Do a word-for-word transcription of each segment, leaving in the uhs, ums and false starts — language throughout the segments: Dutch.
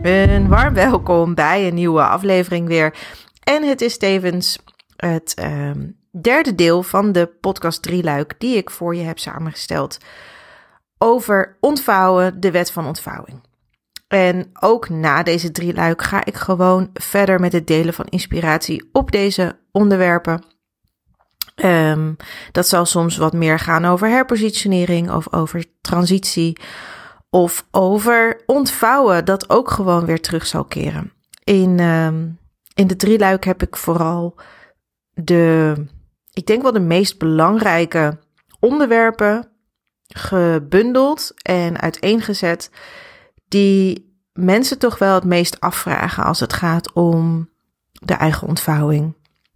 Een warm welkom bij een nieuwe aflevering weer. En het is tevens het uh, derde deel van de podcast drieluik die ik voor je heb samengesteld over ontvouwen, de wet van ontvouwing. En ook na deze drieluik ga ik gewoon verder met het delen van inspiratie op deze onderwerpen. Um, dat zal soms wat meer gaan over herpositionering of over transitie of over ontvouwen dat ook gewoon weer terug zal keren. In, um, in de drieluik heb ik vooral de, ik denk wel de meest belangrijke onderwerpen gebundeld en uiteengezet die mensen toch wel het meest afvragen als het gaat om de eigen ontvouwing.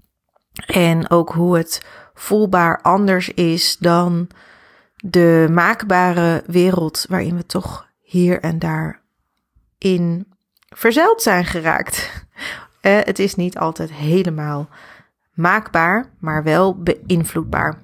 En ook hoe het voelbaar anders is dan de maakbare wereld waarin we toch hier en daar in verzeild zijn geraakt. Eh, het is niet altijd helemaal maakbaar, maar wel beïnvloedbaar.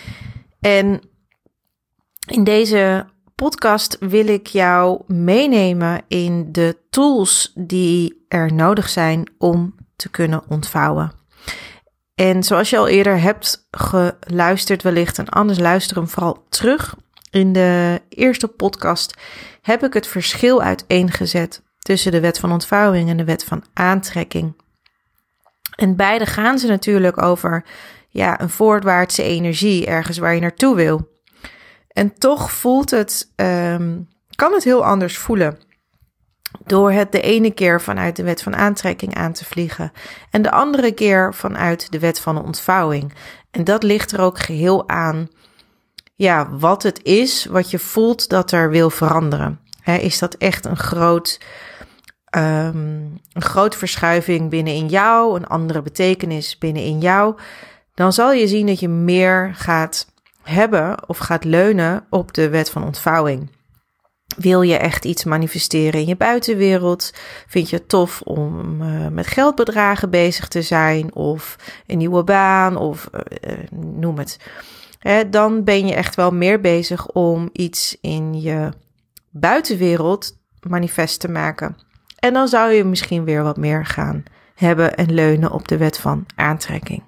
En in deze podcast wil ik jou meenemen in de tools die er nodig zijn om te kunnen ontvouwen. En zoals je al eerder hebt geluisterd wellicht, en anders luister hem vooral terug. In de eerste podcast heb ik het verschil uiteengezet tussen de wet van ontvouwing en de wet van aantrekking. En beide gaan ze natuurlijk over ja, een voorwaartse energie, ergens waar je naartoe wil. En toch voelt het, um, kan het heel anders voelen. Door het de ene keer vanuit de wet van aantrekking aan te vliegen en de andere keer vanuit de wet van de ontvouwing. En dat ligt er ook geheel aan ja, wat het is wat je voelt dat er wil veranderen. He, is dat echt een groot, um, een groot verschuiving binnenin jou, een andere betekenis binnenin jou, dan zal je zien dat je meer gaat hebben of gaat leunen op de wet van ontvouwing. Wil je echt iets manifesteren in je buitenwereld? Vind je het tof om uh, met geldbedragen bezig te zijn of een nieuwe baan of uh, noem het. Hè, dan ben je echt wel meer bezig om iets in je buitenwereld manifest te maken. En dan zou je misschien weer wat meer gaan hebben en leunen op de wet van aantrekking.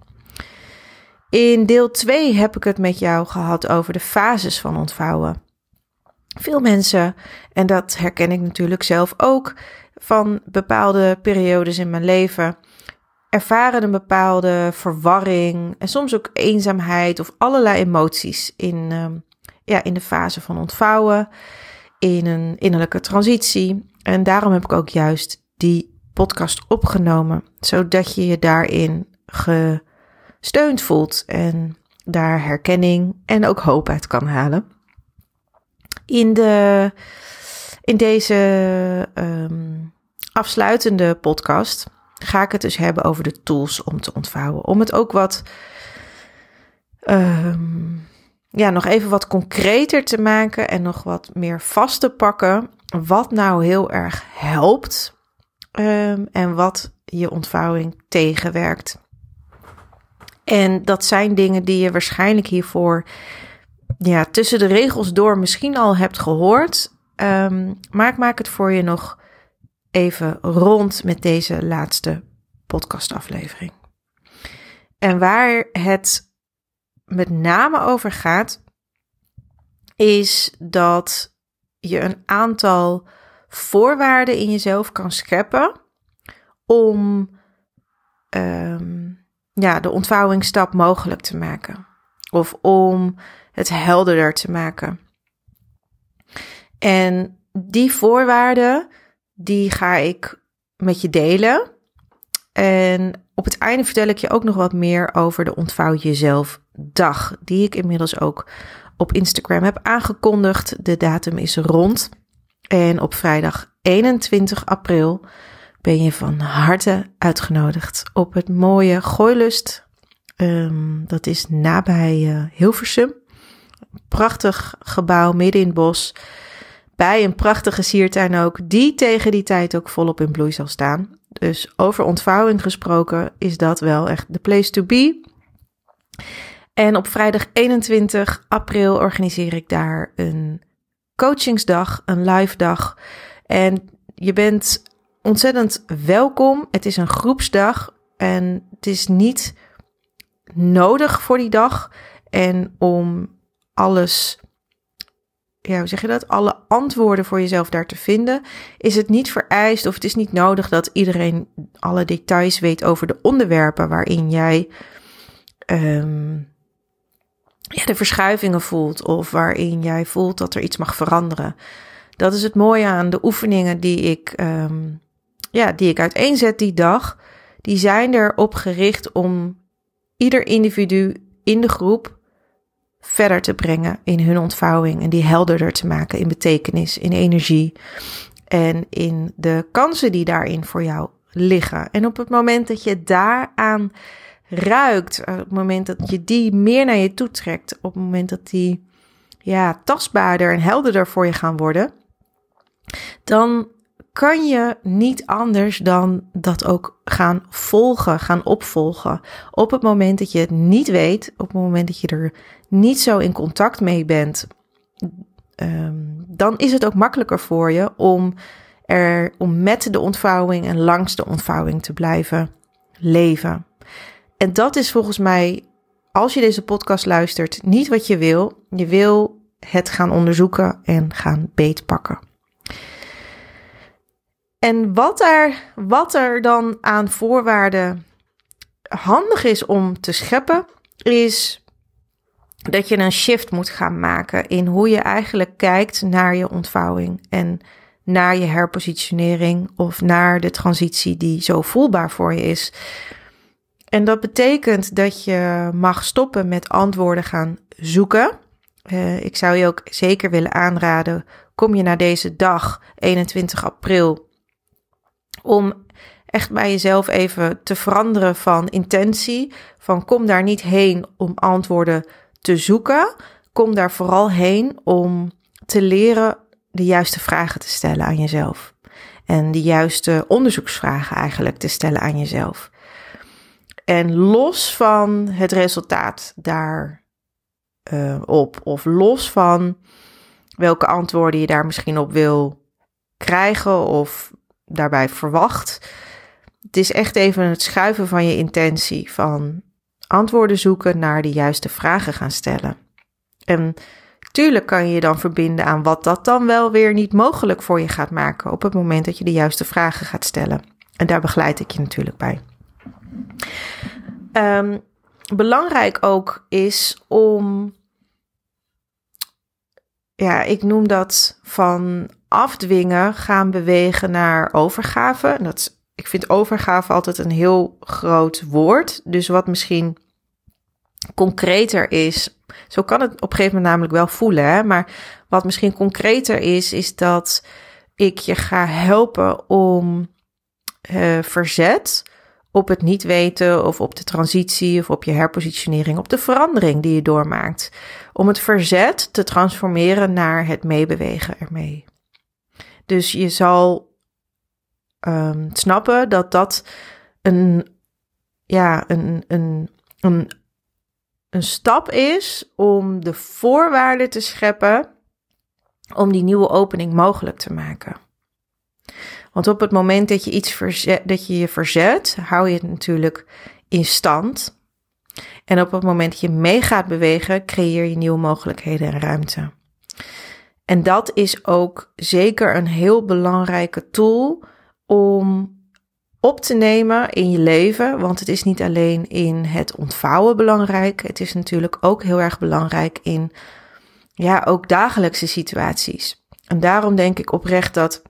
In deel twee heb ik het met jou gehad over de fases van ontvouwen. Veel mensen, en dat herken ik natuurlijk zelf ook van bepaalde periodes in mijn leven, ervaren een bepaalde verwarring en soms ook eenzaamheid of allerlei emoties in, uh, ja, in de fase van ontvouwen, in een innerlijke transitie. En daarom heb ik ook juist die podcast opgenomen, zodat je je daarin gesteund voelt en daar herkenning en ook hoop uit kan halen. In, de, in deze um, afsluitende podcast ga ik het dus hebben over de tools om te ontvouwen. Om het ook wat, um, ja, nog even wat concreter te maken en nog wat meer vast te pakken. Wat nou heel erg helpt um, en wat je ontvouwing tegenwerkt. En dat zijn dingen die je waarschijnlijk hiervoor ja, tussen de regels door misschien al hebt gehoord. Um, maar ik maak het voor je nog even rond met deze laatste podcastaflevering. En waar het met name over gaat, is dat je een aantal voorwaarden in jezelf kan scheppen om um, ja, de ontvouwingsstap mogelijk te maken. Of om het helderder te maken. En die voorwaarden, die ga ik met je delen. En op het einde vertel ik je ook nog wat meer over de Ontvouw Jezelf dag, die ik inmiddels ook op Instagram heb aangekondigd. De datum is rond. En op vrijdag eenentwintig april ben je van harte uitgenodigd op het mooie Gooilust. Um, dat is nabij uh, Hilversum. Prachtig gebouw midden in het bos. Bij een prachtige siertuin ook, die tegen die tijd ook volop in bloei zal staan. Dus over ontvouwing gesproken is dat wel echt de place to be. En op vrijdag eenentwintig april organiseer ik daar een coachingsdag, een live dag. En je bent ontzettend welkom. Het is een groepsdag en het is niet nodig voor die dag. En om alles, ja, hoe zeg je dat? Alle antwoorden voor jezelf daar te vinden, is het niet vereist of het is niet nodig dat iedereen alle details weet over de onderwerpen waarin jij um, ja, de verschuivingen voelt of waarin jij voelt dat er iets mag veranderen. Dat is het mooie aan de oefeningen die ik, um, ja, die ik uiteenzet die dag. Die zijn erop gericht om ieder individu in de groep verder te brengen in hun ontvouwing en die helderder te maken in betekenis, in energie en in de kansen die daarin voor jou liggen. En op het moment dat je daaraan ruikt, op het moment dat je die meer naar je toe trekt, op het moment dat die ja, tastbaarder en helderder voor je gaan worden, dan kan je niet anders dan dat ook gaan volgen, gaan opvolgen. Op het moment dat je het niet weet, op het moment dat je er niet zo in contact mee bent, um, dan is het ook makkelijker voor je om, er, om met de ontvouwing en langs de ontvouwing te blijven leven. En dat is volgens mij, als je deze podcast luistert, niet wat je wil. Je wil het gaan onderzoeken en gaan beetpakken. En wat er, wat er dan aan voorwaarden handig is om te scheppen, is dat je een shift moet gaan maken in hoe je eigenlijk kijkt naar je ontvouwing en naar je herpositionering of naar de transitie die zo voelbaar voor je is. En dat betekent dat je mag stoppen met antwoorden gaan zoeken. Uh, ik zou je ook zeker willen aanraden, kom je naar deze dag, eenentwintig april, om echt bij jezelf even te veranderen van intentie. Van kom daar niet heen om antwoorden te zoeken. Kom daar vooral heen om te leren de juiste vragen te stellen aan jezelf. En de juiste onderzoeksvragen eigenlijk te stellen aan jezelf. En los van het resultaat daar uh, op, of los van welke antwoorden je daar misschien op wil krijgen of daarbij verwacht. Het is echt even het schuiven van je intentie, van antwoorden zoeken naar de juiste vragen gaan stellen. En tuurlijk kan je je dan verbinden aan wat dat dan wel weer niet mogelijk voor je gaat maken op het moment dat je de juiste vragen gaat stellen. En daar begeleid ik je natuurlijk bij. Um, belangrijk ook is om, ja, ik noem dat van afdwingen gaan bewegen naar overgave. Dat, ik vind overgave altijd een heel groot woord. Dus wat misschien concreter is, zo kan het op een gegeven moment namelijk wel voelen, hè? Maar wat misschien concreter is, is dat ik je ga helpen om uh, verzet op het niet weten of op de transitie of op je herpositionering, op de verandering die je doormaakt. Om het verzet te transformeren naar het meebewegen ermee. Dus je zal um, snappen dat dat een, ja, een, een, een, een stap is om de voorwaarden te scheppen om die nieuwe opening mogelijk te maken. Want op het moment dat je iets verzet, dat je je verzet, hou je het natuurlijk in stand. En op het moment dat je mee gaat bewegen, creëer je nieuwe mogelijkheden en ruimte. En dat is ook zeker een heel belangrijke tool om op te nemen in je leven. Want het is niet alleen in het ontvouwen belangrijk. Het is natuurlijk ook heel erg belangrijk in, ja, ook dagelijkse situaties. En daarom denk ik oprecht dat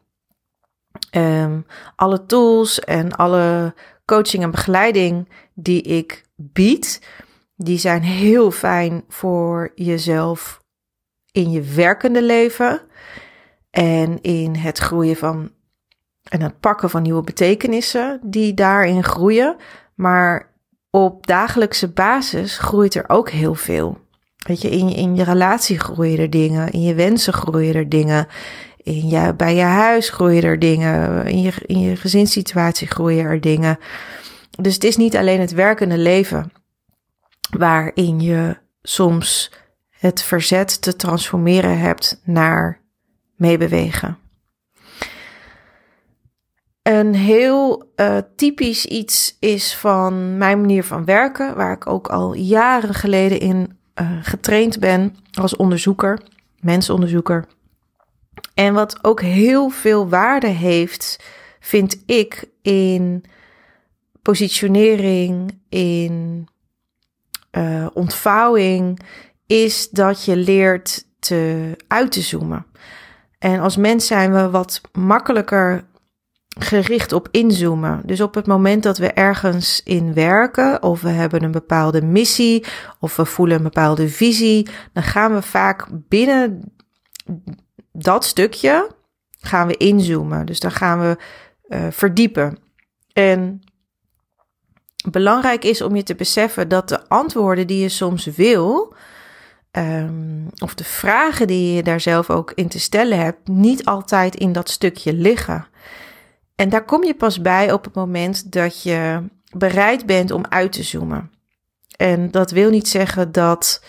um, alle tools en alle coaching en begeleiding die ik bied, die zijn heel fijn voor jezelf in je werkende leven en in het groeien van en het pakken van nieuwe betekenissen die daarin groeien. Maar op dagelijkse basis groeit er ook heel veel. Weet je, in je, in je relatie groeien er dingen, in je wensen groeien er dingen, in je, bij je huis groeien er dingen, in je, in je gezinssituatie groeien er dingen. Dus het is niet alleen het werkende leven waarin je soms het verzet te transformeren hebt naar meebewegen. Een heel uh, typisch iets is van mijn manier van werken, waar ik ook al jaren geleden in uh, getraind ben als onderzoeker, mensonderzoeker. En wat ook heel veel waarde heeft, vind ik, in positionering, in uh, ontvouwing, is dat je leert te uit te zoomen. En als mens zijn we wat makkelijker gericht op inzoomen. Dus op het moment dat we ergens in werken, of we hebben een bepaalde missie, of we voelen een bepaalde visie, dan gaan we vaak binnen dat stukje gaan we inzoomen. Dus dan gaan we uh, verdiepen. En belangrijk is om je te beseffen dat de antwoorden die je soms wil, um, of de vragen die je daar zelf ook in te stellen hebt, niet altijd in dat stukje liggen. En daar kom je pas bij op het moment dat je bereid bent om uit te zoomen. En dat wil niet zeggen dat,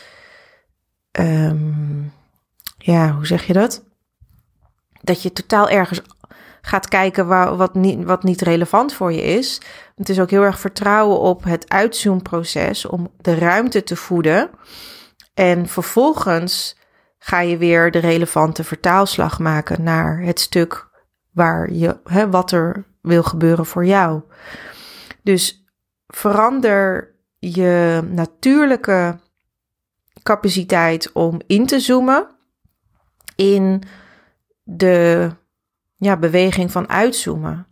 um, ja, hoe zeg je dat? Dat je totaal ergens gaat kijken waar, wat, niet, wat niet relevant voor je is. Het is ook heel erg vertrouwen op het uitzoomproces om de ruimte te voeden. En vervolgens ga je weer de relevante vertaalslag maken naar het stuk waar je, hè, wat er wil gebeuren voor jou. Dus verander je natuurlijke capaciteit om in te zoomen in de ja, beweging van uitzoomen.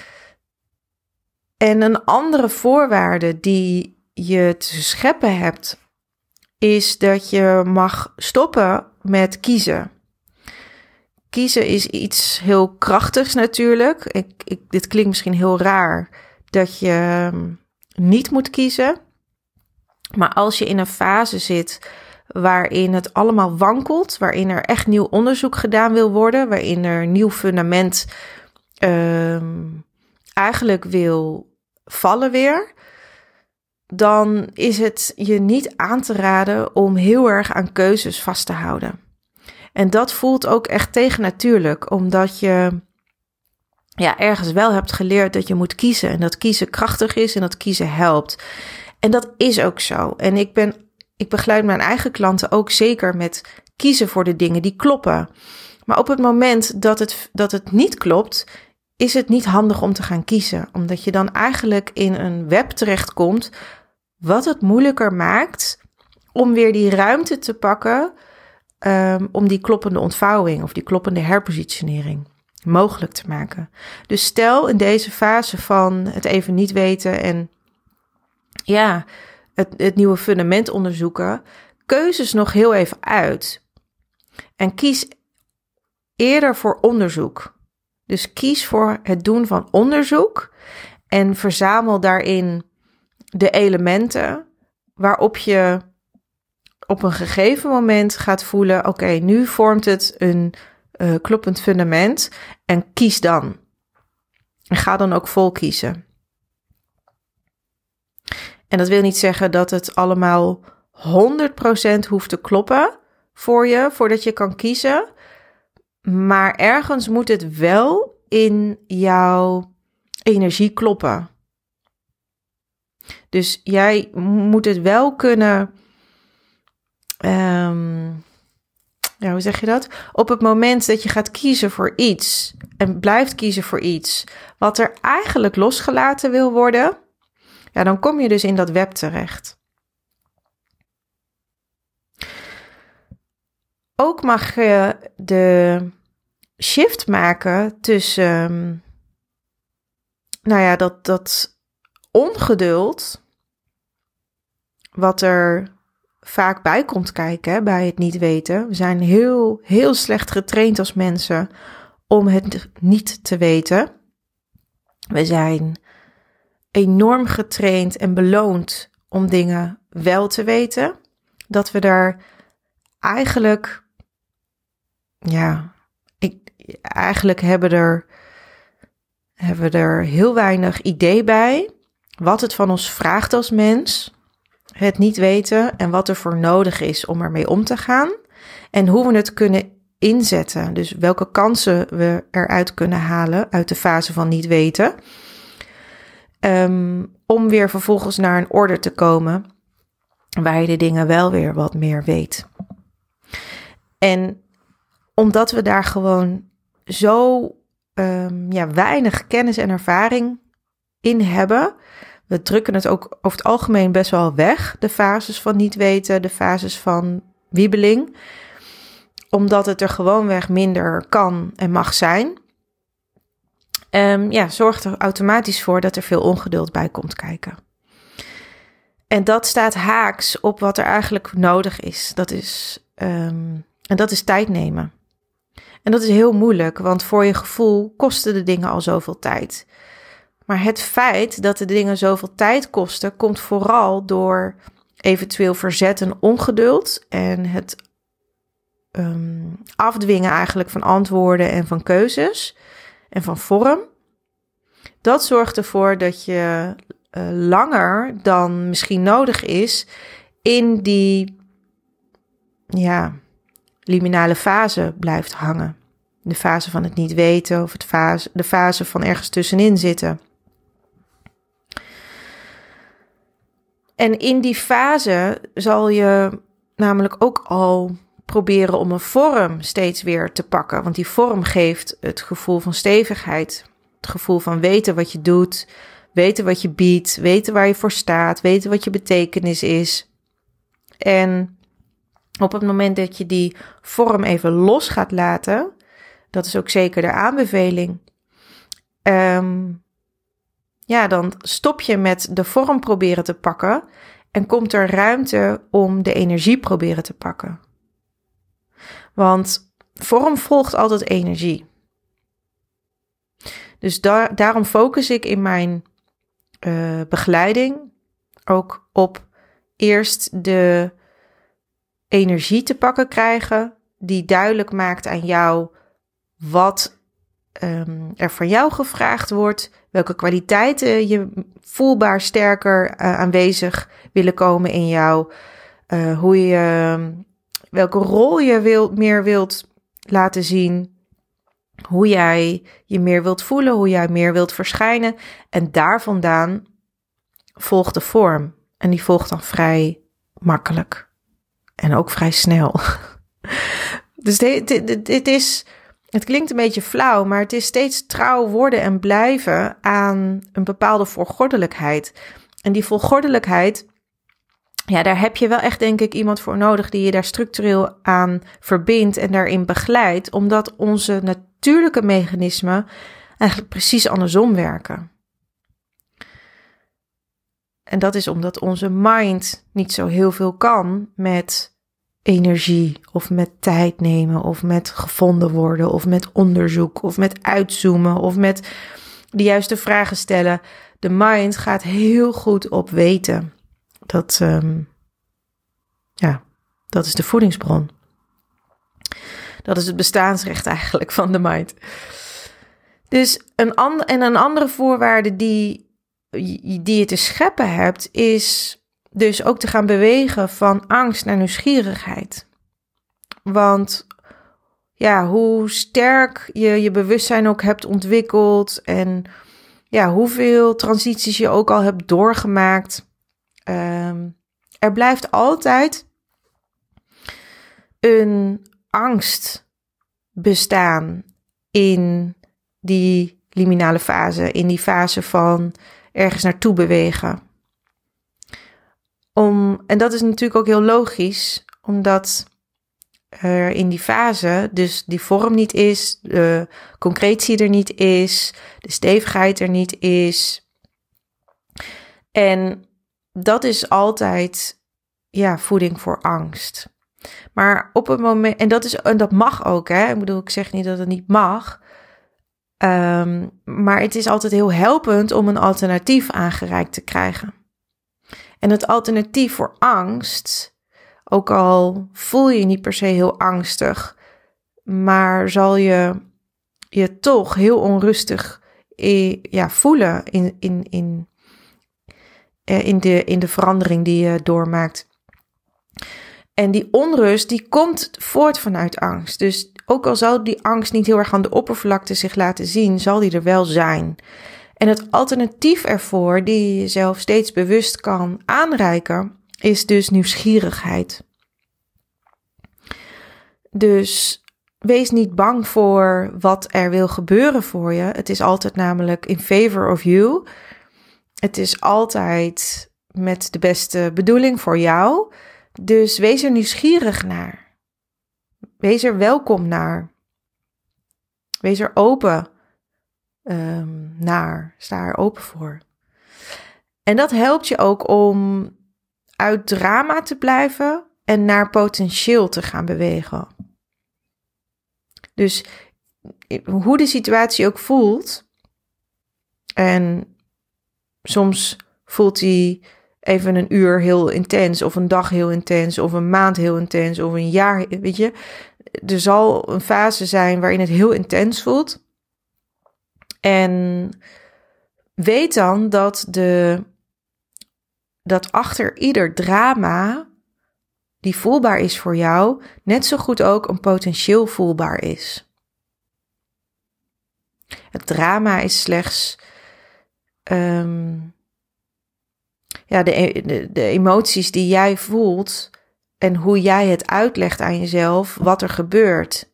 En een andere voorwaarde die je te scheppen hebt, is dat je mag stoppen met kiezen. Kiezen is iets heel krachtigs natuurlijk. Ik, ik, dit klinkt misschien heel raar dat je niet moet kiezen. Maar als je in een fase zit waarin het allemaal wankelt, waarin er echt nieuw onderzoek gedaan wil worden, waarin er nieuw fundament uh, eigenlijk wil vallen weer, dan is het je niet aan te raden om heel erg aan keuzes vast te houden. En dat voelt ook echt tegennatuurlijk, omdat je ja, ergens wel hebt geleerd dat je moet kiezen en dat kiezen krachtig is en dat kiezen helpt. En dat is ook zo. En ik ben Ik begeleid mijn eigen klanten ook zeker met kiezen voor de dingen die kloppen. Maar op het moment dat het, dat het niet klopt, is het niet handig om te gaan kiezen. Omdat je dan eigenlijk in een web terechtkomt wat het moeilijker maakt om weer die ruimte te pakken um, om die kloppende ontvouwing of die kloppende herpositionering mogelijk te maken. Dus stel in deze fase van het even niet weten en ja, Het, het nieuwe fundament onderzoeken, keuzes nog heel even uit. En kies eerder voor onderzoek. Dus kies voor het doen van onderzoek en verzamel daarin de elementen waarop je op een gegeven moment gaat voelen, oké, okay, nu vormt het een uh, kloppend fundament en kies dan. En ga dan ook vol kiezen. En dat wil niet zeggen dat het allemaal honderd procent hoeft te kloppen voor je, voordat je kan kiezen. Maar ergens moet het wel in jouw energie kloppen. Dus jij moet het wel kunnen, um, ja, hoe zeg je dat? Op het moment dat je gaat kiezen voor iets en blijft kiezen voor iets wat er eigenlijk losgelaten wil worden, ja, dan kom je dus in dat web terecht. Ook mag je de shift maken tussen, um, nou ja, dat, dat ongeduld, wat er vaak bij komt kijken, hè, bij het niet weten. We zijn heel, heel slecht getraind als mensen om het niet te weten. We zijn enorm getraind en beloond om dingen wel te weten. Dat we daar eigenlijk, ja, ik, eigenlijk hebben, er, hebben we er heel weinig idee bij wat het van ons vraagt als mens, het niet weten en wat er voor nodig is om ermee om te gaan en hoe we het kunnen inzetten. Dus welke kansen we eruit kunnen halen uit de fase van niet weten. Um, om weer vervolgens naar een orde te komen waar je de dingen wel weer wat meer weet. En omdat we daar gewoon zo um, ja, weinig kennis en ervaring in hebben, we drukken het ook over het algemeen best wel weg, de fases van niet weten, de fases van wiebeling, omdat het er gewoonweg minder kan en mag zijn. Um, ja, zorgt er automatisch voor dat er veel ongeduld bij komt kijken. En dat staat haaks op wat er eigenlijk nodig is. Dat is, um, en dat is tijd nemen. En dat is heel moeilijk, want voor je gevoel kosten de dingen al zoveel tijd. Maar het feit dat de dingen zoveel tijd kosten, komt vooral door eventueel verzet en ongeduld en het um, afdwingen eigenlijk van antwoorden en van keuzes en van vorm. Dat zorgt ervoor dat je uh, langer dan misschien nodig is in die ja, liminale fase blijft hangen. De fase van het niet weten of het fase, de fase van ergens tussenin zitten. En in die fase zal je namelijk ook al proberen om een vorm steeds weer te pakken. Want die vorm geeft het gevoel van stevigheid. Het gevoel van weten wat je doet, weten wat je biedt, weten waar je voor staat, weten wat je betekenis is. En op het moment dat je die vorm even los gaat laten, dat is ook zeker de aanbeveling. Um, ja, dan stop je met de vorm proberen te pakken en komt er ruimte om de energie proberen te pakken. Want vorm volgt altijd energie. Dus da- daarom focus ik in mijn uh, begeleiding ook op eerst de energie te pakken krijgen die duidelijk maakt aan jou wat um, er van jou gevraagd wordt, welke kwaliteiten je voelbaar sterker uh, aanwezig willen komen in jou, uh, hoe je, uh, welke rol je wil, meer wilt laten zien, hoe jij je meer wilt voelen, hoe jij meer wilt verschijnen. En daar vandaan volgt de vorm. En die volgt dan vrij makkelijk. En ook vrij snel. Dus dit, dit, dit is, het klinkt een beetje flauw, maar het is steeds trouw worden en blijven aan een bepaalde volgordelijkheid. En die volgordelijkheid, ja, daar heb je wel echt, denk ik, iemand voor nodig die je daar structureel aan verbindt en daarin begeleidt, omdat onze natuurlijke mechanismen eigenlijk precies andersom werken. En dat is omdat onze mind niet zo heel veel kan met energie of met tijd nemen of met gevonden worden of met onderzoek of met uitzoomen of met de juiste vragen stellen. De mind gaat heel goed op weten. Dat, um, ja, dat is de voedingsbron. Dat is het bestaansrecht eigenlijk van de mind. Dus een, and- en een andere voorwaarde die, die je te scheppen hebt, is dus ook te gaan bewegen van angst naar nieuwsgierigheid. Want ja, hoe sterk je je bewustzijn ook hebt ontwikkeld en ja, hoeveel transities je ook al hebt doorgemaakt, um, er blijft altijd een angst bestaan in die liminale fase, in die fase van ergens naartoe bewegen. Om, en dat is natuurlijk ook heel logisch, omdat er in die fase dus die vorm niet is, de concretie er niet is, de stevigheid er niet is. En dat is altijd ja, voeding voor angst. Maar op het moment, en dat, is, en dat mag ook, hè? Ik bedoel, ik zeg niet dat het niet mag. Um, maar het is altijd heel helpend om een alternatief aangereikt te krijgen. En het alternatief voor angst, ook al voel je je niet per se heel angstig, maar zal je je toch heel onrustig ja, voelen in, in, in, in, de, in de verandering die je doormaakt. En die onrust die komt voort vanuit angst. Dus ook al zal die angst niet heel erg aan de oppervlakte zich laten zien, zal die er wel zijn. En het alternatief ervoor, die je jezelf steeds bewust kan aanreiken, is dus nieuwsgierigheid. Dus wees niet bang voor wat er wil gebeuren voor je. Het is altijd namelijk in favor of you. Het is altijd met de beste bedoeling voor jou. Dus wees er nieuwsgierig naar. Wees er welkom naar. Wees er open um, naar. Sta er open voor. En dat helpt je ook om uit drama te blijven en naar potentieel te gaan bewegen. Dus hoe de situatie ook voelt, en soms voelt die even een uur heel intens, of een dag heel intens, of een maand heel intens, of een jaar, weet je. Er zal een fase zijn waarin het heel intens voelt. En weet dan dat, de, dat achter ieder drama die voelbaar is voor jou, net zo goed ook een potentieel voelbaar is. Het drama is slechts um, ja, de, de, de emoties die jij voelt en hoe jij het uitlegt aan jezelf wat er gebeurt.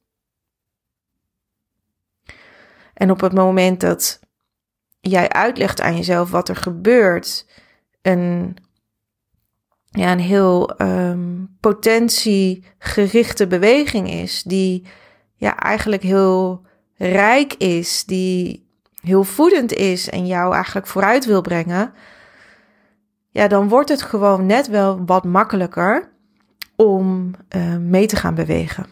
En op het moment dat jij uitlegt aan jezelf wat er gebeurt, een, ja, een heel um, potentiegerichte beweging is, die ja, eigenlijk heel rijk is, die heel voedend is en jou eigenlijk vooruit wil brengen, ja, dan wordt het gewoon net wel wat makkelijker om uh, mee te gaan bewegen.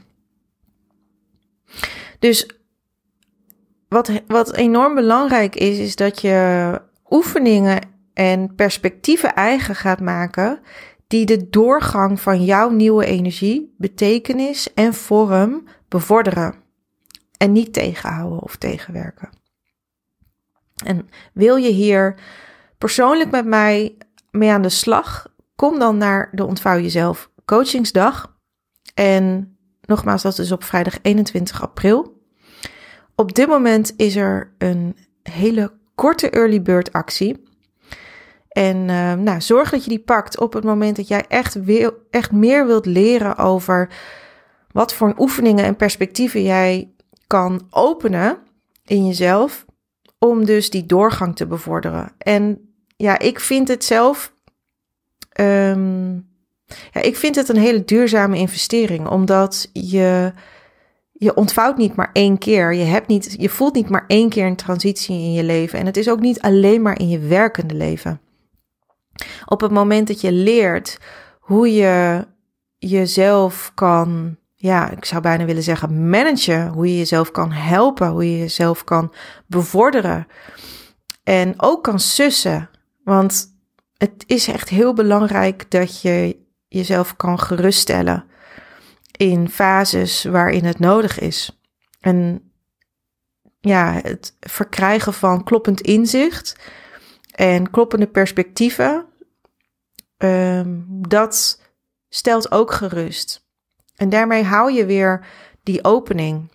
Dus wat, wat enorm belangrijk is, is dat je oefeningen en perspectieven eigen gaat maken die de doorgang van jouw nieuwe energie, betekenis en vorm bevorderen. En niet tegenhouden of tegenwerken. En wil je hier persoonlijk met mij mee aan de slag? Kom dan naar de Ontvouw Jezelf coachingsdag. En nogmaals, dat is op vrijdag eenentwintig april. Op dit moment is er een hele korte early bird actie. En uh, nou, zorg dat je die pakt op het moment dat jij echt, wil, echt meer wilt leren over wat voor oefeningen en perspectieven jij kan openen in jezelf om dus die doorgang te bevorderen. En ja, ik vind het zelf, um, ja, ik vind het een hele duurzame investering, omdat je, je ontvouwt niet maar één keer. Je hebt niet, je voelt niet maar één keer een transitie in je leven. En het is ook niet alleen maar in je werkende leven. Op het moment dat je leert hoe je jezelf kan, ja, ik zou bijna willen zeggen managen, hoe je jezelf kan helpen, hoe je jezelf kan bevorderen en ook kan sussen. Want het is echt heel belangrijk dat je jezelf kan geruststellen in fases waarin het nodig is. En ja, het verkrijgen van kloppend inzicht en kloppende perspectieven, um, dat stelt ook gerust. En daarmee hou je weer die opening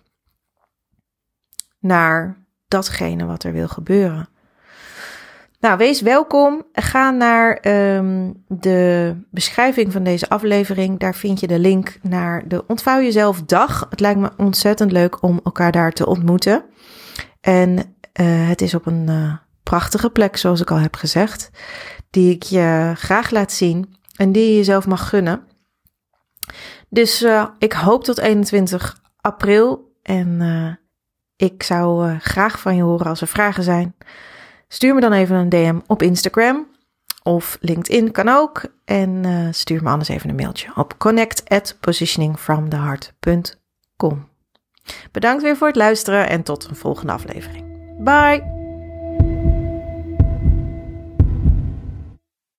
naar datgene wat er wil gebeuren. Nou, wees welkom. Ga naar um, de beschrijving van deze aflevering. Daar vind je de link naar de Ontvouw Jezelf dag. Het lijkt me ontzettend leuk om elkaar daar te ontmoeten. En uh, het is op een uh, prachtige plek, zoals ik al heb gezegd, die ik je graag laat zien en die je jezelf mag gunnen. Dus uh, ik hoop tot eenentwintig april en uh, ik zou uh, graag van je horen als er vragen zijn. Stuur me dan even een D M op Instagram of LinkedIn kan ook. En uh, stuur me anders even een mailtje op connect at positioning from the heart dot com. Bedankt weer voor het luisteren en tot een volgende aflevering. Bye!